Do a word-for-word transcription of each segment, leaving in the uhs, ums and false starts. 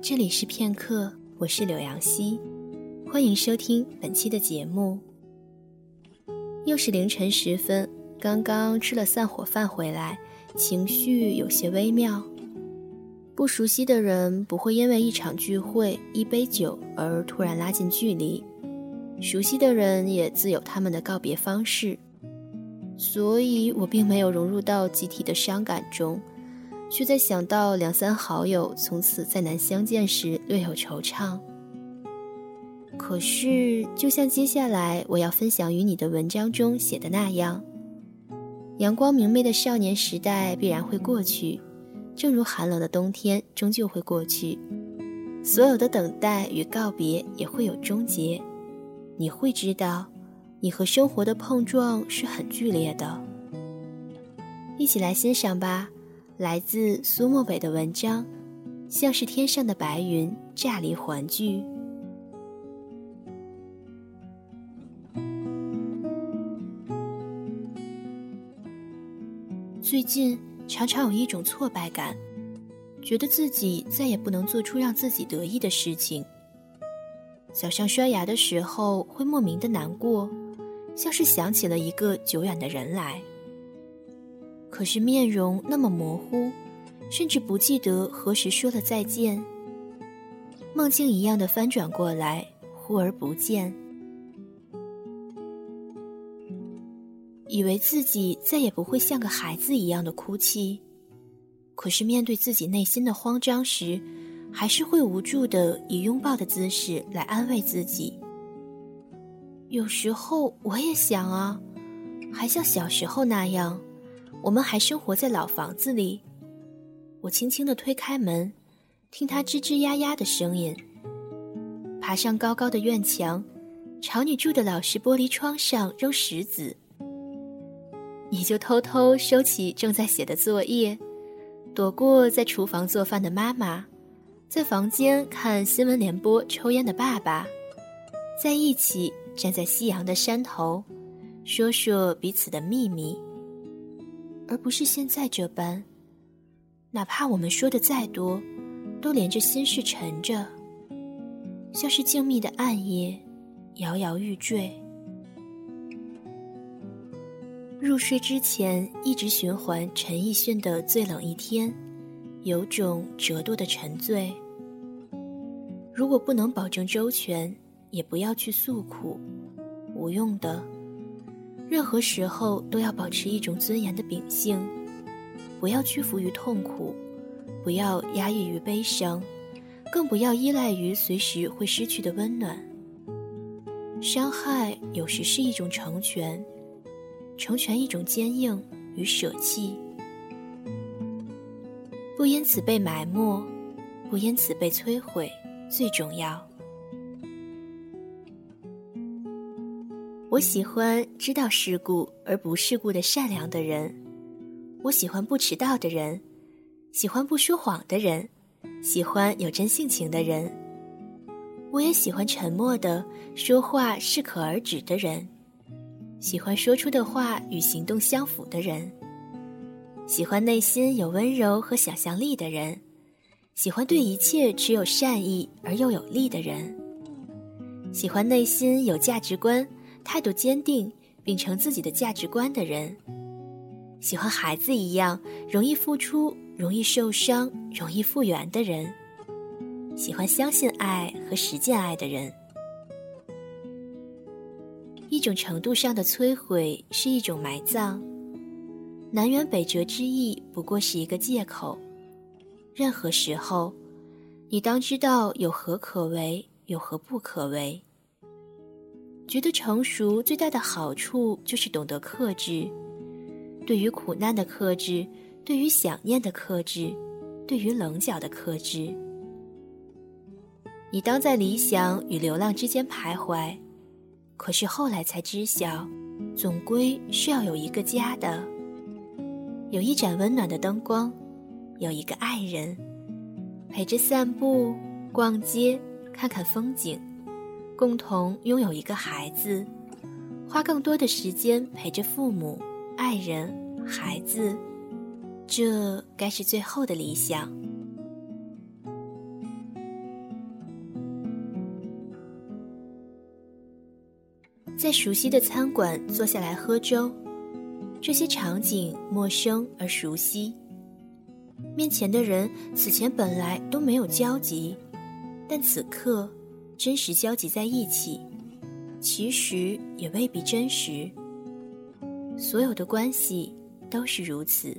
这里是片刻，我是柳阳溪，欢迎收听本期的节目。又是凌晨时分，刚刚吃了散伙饭回来，情绪有些微妙。不熟悉的人不会因为一场聚会、一杯酒而突然拉近距离，熟悉的人也自有他们的告别方式，所以我并没有融入到集体的伤感中，却在想到两三好友从此再难相见时略有惆怅。可是就像接下来我要分享与你的文章中写的那样，阳光明媚的少年时代必然会过去，正如寒冷的冬天终究会过去，所有的等待与告别也会有终结。你会知道，你和生活的碰撞是很剧烈的。一起来欣赏吧，来自苏漠北的文章，像是天上的白云乍离环聚。最近常常有一种挫败感，觉得自己再也不能做出让自己得意的事情。早上刷牙的时候会莫名的难过，像是想起了一个久远的人来。可是面容那么模糊，甚至不记得何时说了再见。梦境一样的翻转过来，忽而不见。以为自己再也不会像个孩子一样的哭泣，可是面对自己内心的慌张时，还是会无助地以拥抱的姿势来安慰自己。有时候我也想啊，还像小时候那样，我们还生活在老房子里。我轻轻地推开门，听它吱吱呀呀的声音，爬上高高的院墙，朝你住的老式玻璃窗上扔石子。你就偷偷收起正在写的作业，躲过在厨房做饭的妈妈，在房间看新闻联播抽烟的爸爸，在一起站在夕阳的山头，说说彼此的秘密。而不是现在这般，哪怕我们说的再多，都连着心事沉着，像是静谧的暗夜，摇摇欲坠。入睡之前一直循环陈奕迅的《最冷一天》，有种折堕的沉醉。如果不能保证周全，也不要去诉苦，无用的。任何时候都要保持一种尊严的秉性，不要屈服于痛苦，不要压抑于悲伤，更不要依赖于随时会失去的温暖。伤害有时是一种成全，成全一种坚硬与舍弃。不因此被埋没，不因此被摧毁，最重要。我喜欢知道世故而不世故的善良的人，我喜欢不迟到的人，喜欢不说谎的人，喜欢有真性情的人。我也喜欢沉默的，说话适可而止的人，喜欢说出的话与行动相符的人，喜欢内心有温柔和想象力的人，喜欢对一切持有善意而又有力的人，喜欢内心有价值观，态度坚定并成自己的价值观的人，喜欢孩子一样容易付出、容易受伤、容易复原的人，喜欢相信爱和实践爱的人。一种程度上的摧毁是一种埋葬，南辕北辙之意不过是一个借口。任何时候，你当知道有何可为，有何不可为。觉得成熟最大的好处就是懂得克制，对于苦难的克制，对于想念的克制，对于棱角的克制。你当在理想与流浪之间徘徊，可是后来才知晓，总归是要有一个家的，有一盏温暖的灯光，有一个爱人，陪着散步、逛街，看看风景，共同拥有一个孩子，花更多的时间陪着父母、爱人、孩子，这该是最后的理想。 在熟悉的餐馆坐下来喝粥，这些场景陌生而熟悉。面前的人此前本来都没有交集，但此刻真实交集在一起，其实也未必真实。所有的关系都是如此。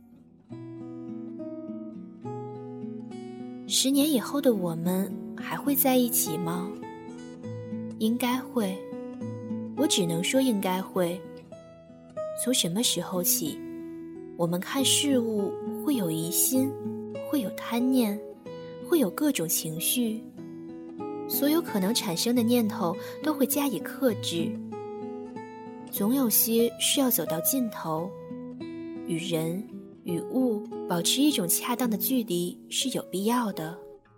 十年以后的我们还会在一起吗？应该会，我只能说应该会。从什么时候起，我们看事物会有疑心，会有贪念，会有各种情绪，所有可能产生的念头都会加以克制。总有些是要走到尽头，与人与物保持一种恰当的距离是有必要的。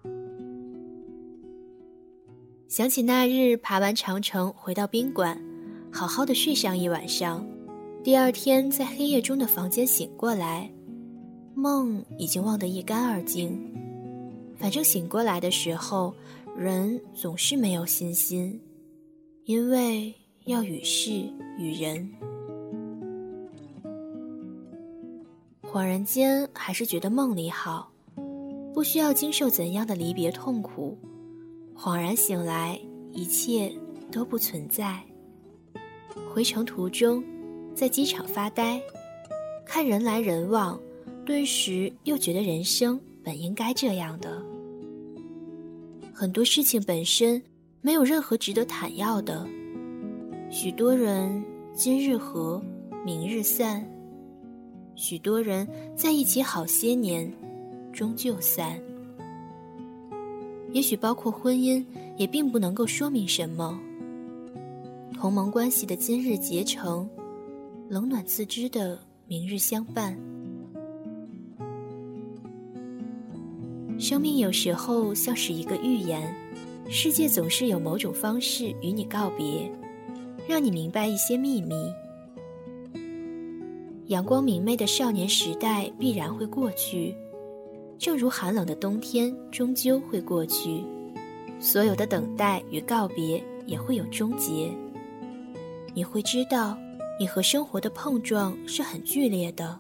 想起那日爬完长城回到宾馆，好好的睡上一晚上，第二天在黑夜中的房间醒过来，梦已经忘得一干二净。反正醒过来的时候，人总是没有信心，因为要与事与人。恍然间还是觉得梦里好，不需要经受怎样的离别痛苦，恍然醒来，一切都不存在。回程途中，在机场发呆，看人来人往，顿时又觉得人生本应该这样的。很多事情本身没有任何值得坦耀的，许多人今日合，明日散，许多人在一起好些年，终究散。也许包括婚姻，也并不能够说明什么。同盟关系的今日结成，冷暖自知的明日相伴。生命有时候像是一个预言，世界总是有某种方式与你告别，让你明白一些秘密。阳光明媚的少年时代必然会过去，正如寒冷的冬天终究会过去，所有的等待与告别也会有终结。你会知道，你和生活的碰撞是很剧烈的。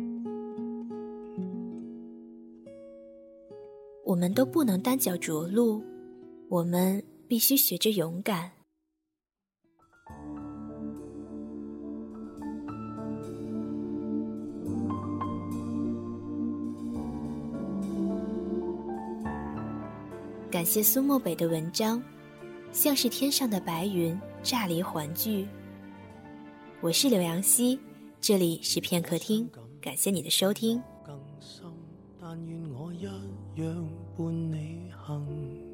我们都不能单脚着陆，我们必须学着勇敢。感谢苏漠北的文章，像是天上的白云乍离环聚。我是刘阳希，这里是片刻听，感谢你的收听。 更深，但愿我一样伴你行。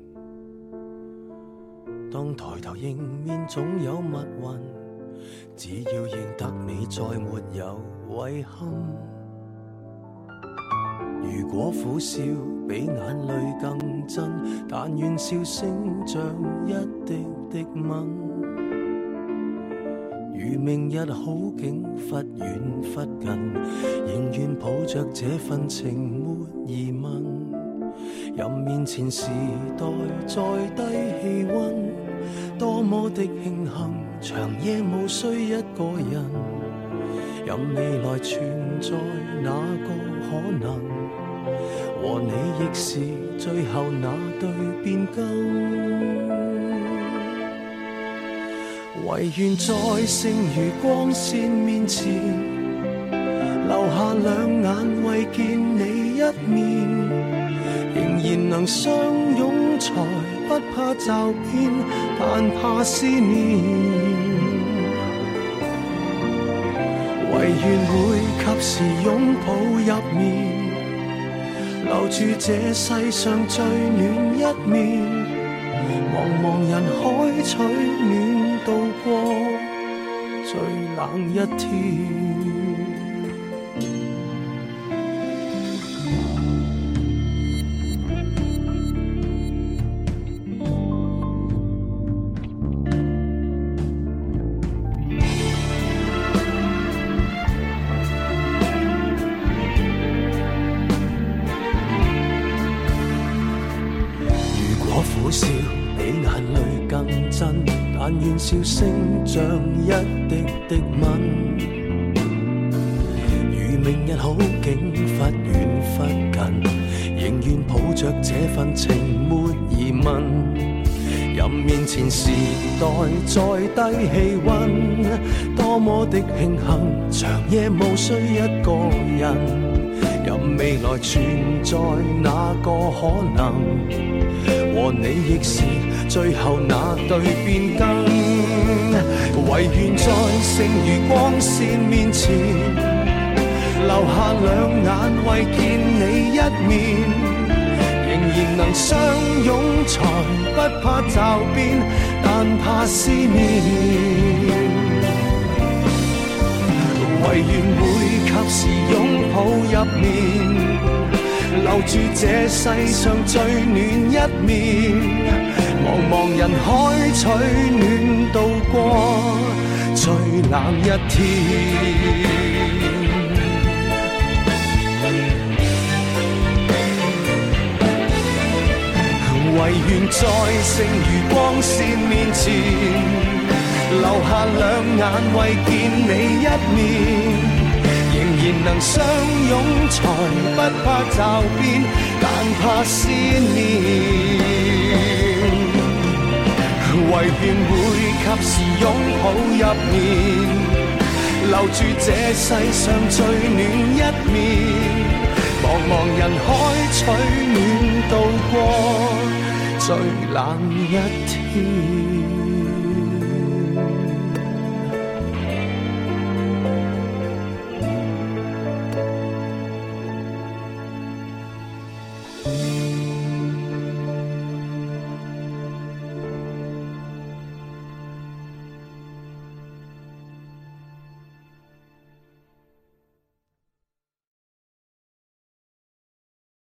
當抬頭迎面總有密雲，只要認得你再沒有遺憾。如果苦笑比眼淚更真，但願笑聲像一滴滴吻。如明日好景忽遠忽近，仍願抱着這份情沒疑問。任面前時代再低氣溫，多麼的慶幸，長夜無需一個人。任未來存在哪個可能，和你亦是最後那對變更。唯願在剩餘光線面前，留下兩眼為見你一面，仍然能相擁才不怕驟變，但怕思念。唯願會及時擁抱入眠，留住這世上最暖一面，茫茫人海取暖度過最冷一天。苦笑比比眼淚更真，但願笑聲像一滴滴吻。如明日好景忽遠忽近，仍願抱着這份情沒疑問。任面前時代再低氣溫，多麼的慶幸，長夜無需一個人。任未來存在那個可能，和你亦是最後那對變更。唯願在剩餘光線面前，留下兩眼為見你一面。仍然能相擁才不怕驟變，但怕思念。唯願會及時擁抱入眠，留住這世上最暖一面。茫茫人海取暖度過最冷一天。唯願在剩餘光線面前，留下兩眼為見你一面。仍然能相擁才不怕驟變，但怕思念。唯願會及時擁抱入眠，留住這世上最暖一面。茫茫人海取暖度過最冷一天。